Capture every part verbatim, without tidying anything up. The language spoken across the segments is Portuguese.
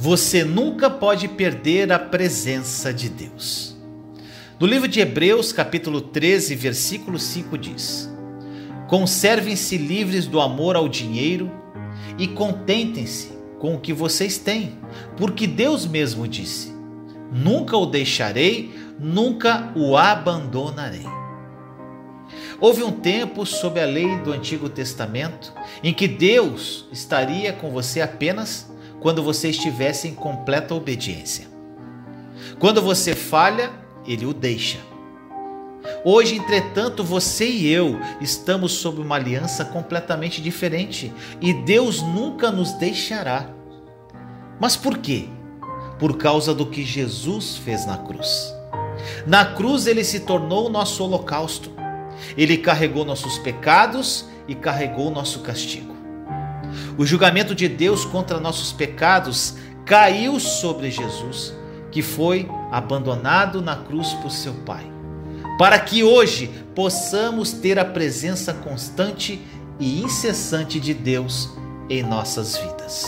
você nunca pode perder a presença de Deus. No livro de Hebreus, capítulo treze, versículo cinco diz: conservem-se livres do amor ao dinheiro e contentem-se com o que vocês têm, porque Deus mesmo disse: nunca o deixarei, nunca o abandonarei. Houve um tempo sob a lei do Antigo Testamento em que Deus estaria com você apenas quando você estivesse em completa obediência. Quando você falha, Ele o deixa. Hoje, entretanto, você e eu estamos sob uma aliança completamente diferente e Deus nunca nos deixará. Mas por quê? Por causa do que Jesus fez na cruz. Na cruz Ele se tornou o nosso holocausto. Ele carregou nossos pecados e carregou nosso castigo. O julgamento de Deus contra nossos pecados caiu sobre Jesus, que foi abandonado na cruz por seu Pai, para que hoje possamos ter a presença constante e incessante de Deus em nossas vidas.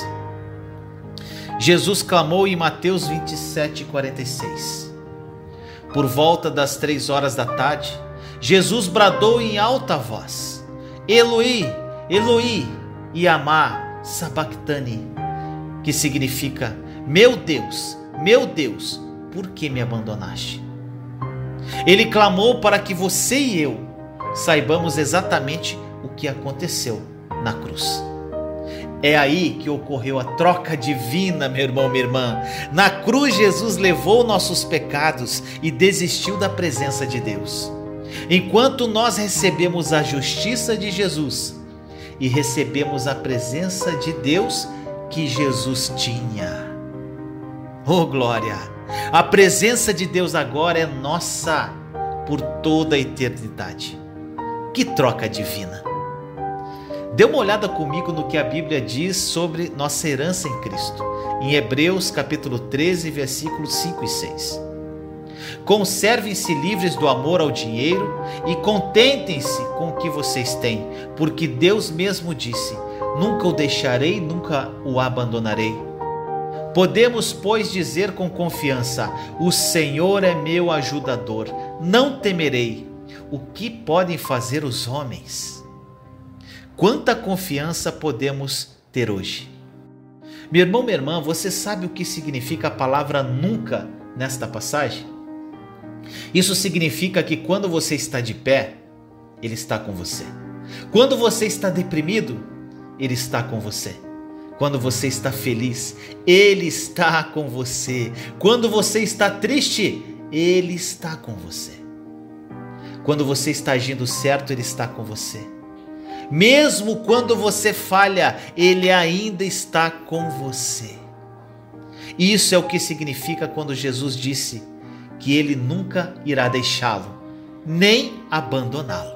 Jesus clamou em Mateus vinte e sete, quarenta e seis. Por volta das três horas da tarde, Jesus bradou em alta voz: Eloi, Eloi, Yamá Sabactani, que significa: meu Deus, meu Deus, por que me abandonaste? Ele clamou para que você e eu saibamos exatamente o que aconteceu na cruz. É aí que ocorreu a troca divina, meu irmão, minha irmã. Na cruz, Jesus levou nossos pecados e desistiu da presença de Deus. Enquanto nós recebemos a justiça de Jesus e recebemos a presença de Deus que Jesus tinha. Oh, glória! A presença de Deus agora é nossa por toda a eternidade. Que troca divina! Dê uma olhada comigo no que a Bíblia diz sobre nossa herança em Cristo, em Hebreus capítulo treze, versículos cinco e seis. Conservem-se livres do amor ao dinheiro e contentem-se com o que vocês têm, porque Deus mesmo disse: nunca o deixarei, nunca o abandonarei. Podemos, pois, dizer com confiança: o Senhor é meu ajudador, não temerei. O que podem fazer os homens? Quanta confiança podemos ter hoje? Meu irmão, minha irmã, você sabe o que significa a palavra nunca nesta passagem? Isso significa que quando você está de pé, Ele está com você. Quando você está deprimido, Ele está com você. Quando você está feliz, Ele está com você. Quando você está triste, Ele está com você. Quando você está agindo certo, Ele está com você. Mesmo quando você falha, Ele ainda está com você. Isso é o que significa quando Jesus disse que Ele nunca irá deixá-lo, nem abandoná-lo.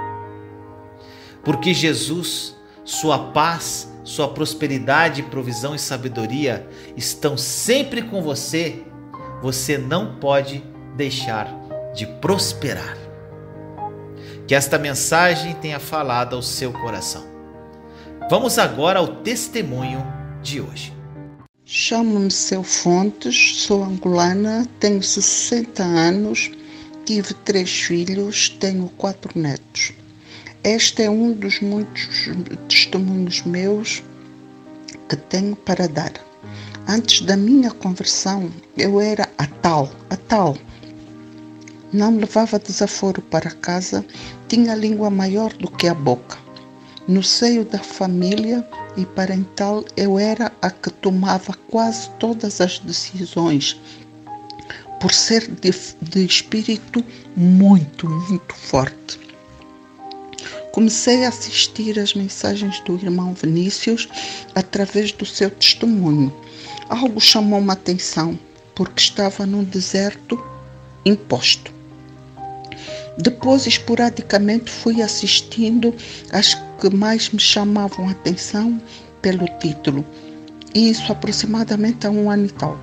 Porque Jesus, sua paz, sua prosperidade, provisão e sabedoria estão sempre com você, você não pode deixar de prosperar. Que esta mensagem tenha falado ao seu coração. Vamos agora ao testemunho de hoje. Chamo-me Seu Fontes, sou angolana, tenho sessenta anos, tive três filhos, tenho quatro netos. Este é um dos muitos testemunhos meus que tenho para dar. Antes da minha conversão, eu era a tal, a tal. Não levava desaforo para casa, tinha a língua maior do que a boca. No seio da família e parental, eu era a que tomava quase todas as decisões, por ser de, de espírito muito, muito forte. Comecei a assistir às mensagens do irmão Vinícius através do seu testemunho. Algo chamou-me a atenção, porque estava num deserto imposto. Depois, esporadicamente, fui assistindo às que mais me chamavam a atenção pelo título. E isso aproximadamente há um ano e tal.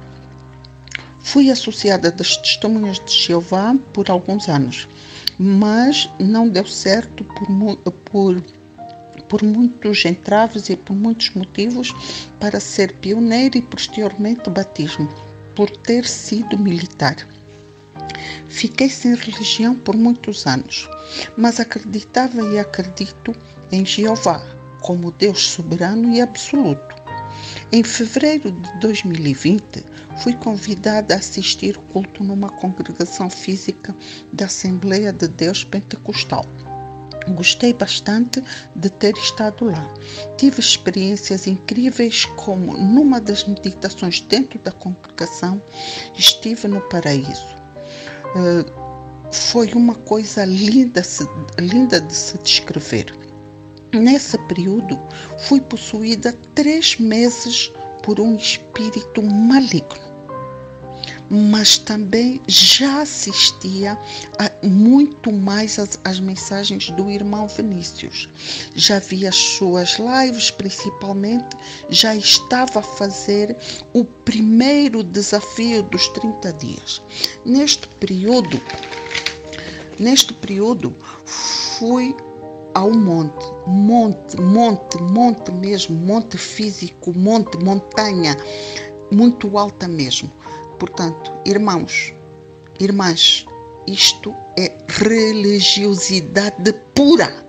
Fui associada das Testemunhas de Jeová por alguns anos, mas não deu certo por, por, por muitos entraves e por muitos motivos para ser pioneiro e posteriormente batismo, por ter sido militar. Fiquei sem religião por muitos anos, mas acreditava e acredito em Jeová como Deus soberano e absoluto. Em fevereiro de dois mil e vinte, fui convidada a assistir o culto numa congregação física da Assembleia de Deus Pentecostal. Gostei bastante de ter estado lá. Tive experiências incríveis, como numa das meditações dentro da congregação, estive no paraíso. Uh, foi uma coisa linda, linda de se descrever. Nesse período, fui possuída três meses por um espírito maligno, mas também já assistia a muito mais as, as mensagens do irmão Vinícius. Já via as suas lives, principalmente, já estava a fazer o primeiro desafio dos trinta dias. Neste período, neste período, fui ao monte, monte, monte, monte mesmo, monte físico, monte, montanha, muito alta mesmo. Portanto, irmãos, irmãs, isto é religiosidade pura.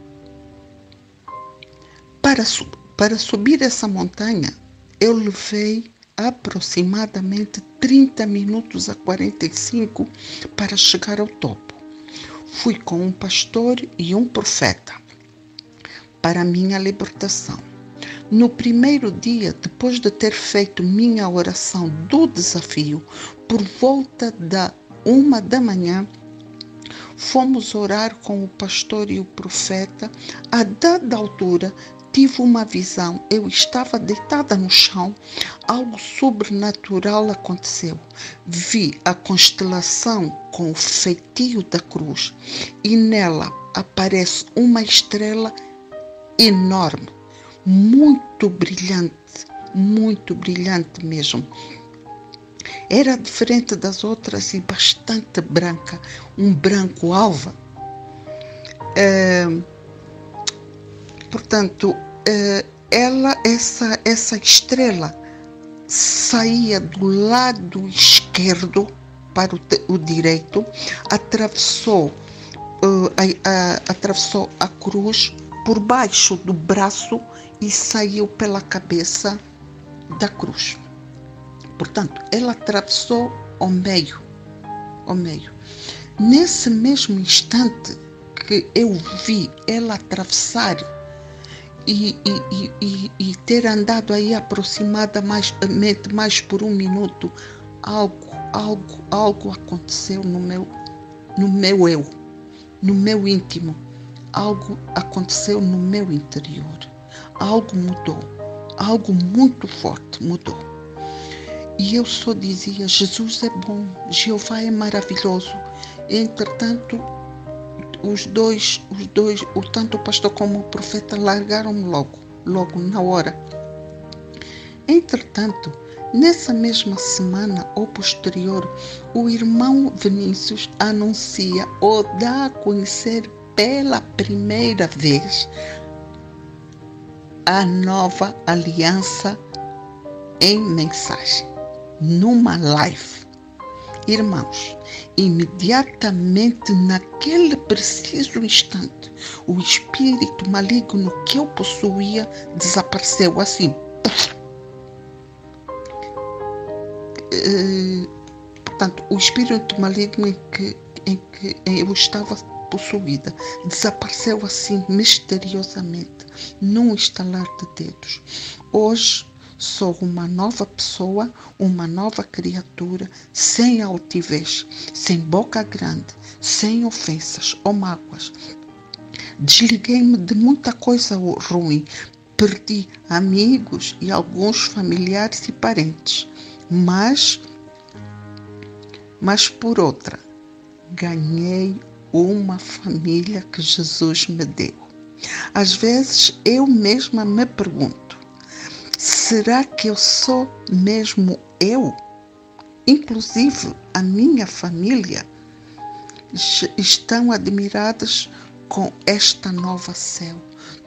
Para, para subir essa montanha, eu levei aproximadamente trinta minutos a quarenta e cinco para chegar ao topo. Fui com um pastor e um profeta para minha libertação. No primeiro dia, depois de ter feito minha oração do desafio, por volta da uma da manhã, fomos orar com o pastor e o profeta. A dada altura, tive uma visão. Eu estava deitada no chão, algo sobrenatural aconteceu. Vi a constelação com o feitio da cruz e nela aparece uma estrela enorme, muito brilhante, muito brilhante mesmo. Era diferente das outras e bastante branca, um branco alva. É, portanto, é, ela, essa, essa estrela saía do lado esquerdo para o, o direito, atravessou, uh, a, a, atravessou a cruz por baixo do braço e saiu pela cabeça da cruz. Portanto, ela atravessou ao meio, ao meio. Nesse mesmo instante que eu vi ela atravessar e, e, e, e ter andado aí aproximadamente mais por um minuto, algo, algo, algo aconteceu no meu, no meu eu, no meu íntimo. Algo aconteceu no meu interior. Algo mudou. Algo muito forte mudou. E eu só dizia, Jesus é bom, Jeová é maravilhoso. Entretanto, os dois, os dois, o tanto o pastor como o profeta largaram-me logo, logo na hora. Entretanto, nessa mesma semana ou posterior, o irmão Vinícius anuncia ou dá a conhecer pela primeira vez a nova aliança em mensagem, numa live. Irmãos, imediatamente naquele preciso instante, o espírito maligno que eu possuía desapareceu assim. Uh, portanto, o espírito maligno em que, em que eu estava possuída desapareceu assim misteriosamente, num estalar de dedos. Hoje sou uma nova pessoa, uma nova criatura, sem altivez, sem boca grande, sem ofensas ou mágoas. Desliguei-me de muita coisa ruim, perdi amigos e alguns familiares e parentes, mas, mas por outra, ganhei uma família que Jesus me deu. Às vezes eu mesma me pergunto, será que eu sou mesmo eu? Inclusive a minha família estão admiradas com esta nova céu.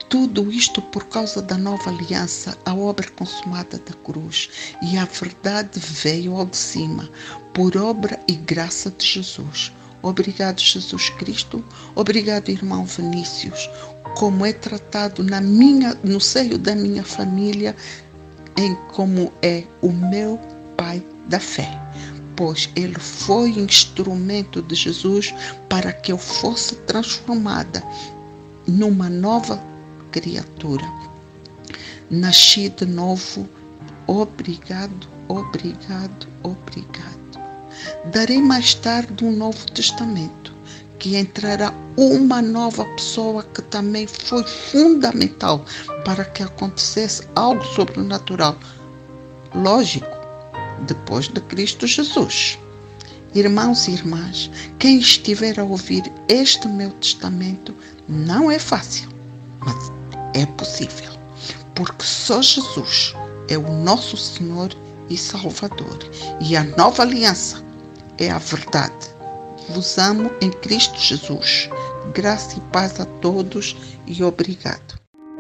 Tudo isto por causa da nova aliança, a obra consumada da cruz. E a verdade veio ao de cima, por obra e graça de Jesus. Obrigado, Jesus Cristo. Obrigado, irmão Vinícius. Como é tratado na minha, no seio da minha família, em como é o meu pai da fé. Pois ele foi instrumento de Jesus para que eu fosse transformada numa nova criatura. Nasci de novo. Obrigado, obrigado, obrigado. Darei mais tarde um Novo Testamento, que entrará uma nova pessoa que também foi fundamental para que acontecesse algo sobrenatural. Lógico, depois de Cristo Jesus. Irmãos e irmãs, quem estiver a ouvir este meu testamento, não é fácil, mas é possível, porque só Jesus é o nosso Senhor e Salvador, e a nova aliança é a verdade. Vos amo em Cristo Jesus. Graça e paz a todos e obrigado.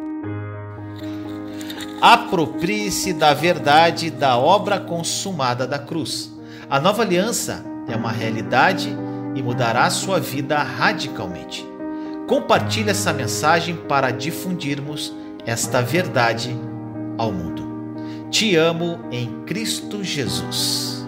Aproprie-se da verdade da obra consumada da cruz. A nova aliança é uma realidade e mudará sua vida radicalmente. Compartilhe essa mensagem para difundirmos esta verdade ao mundo. Te amo em Cristo Jesus.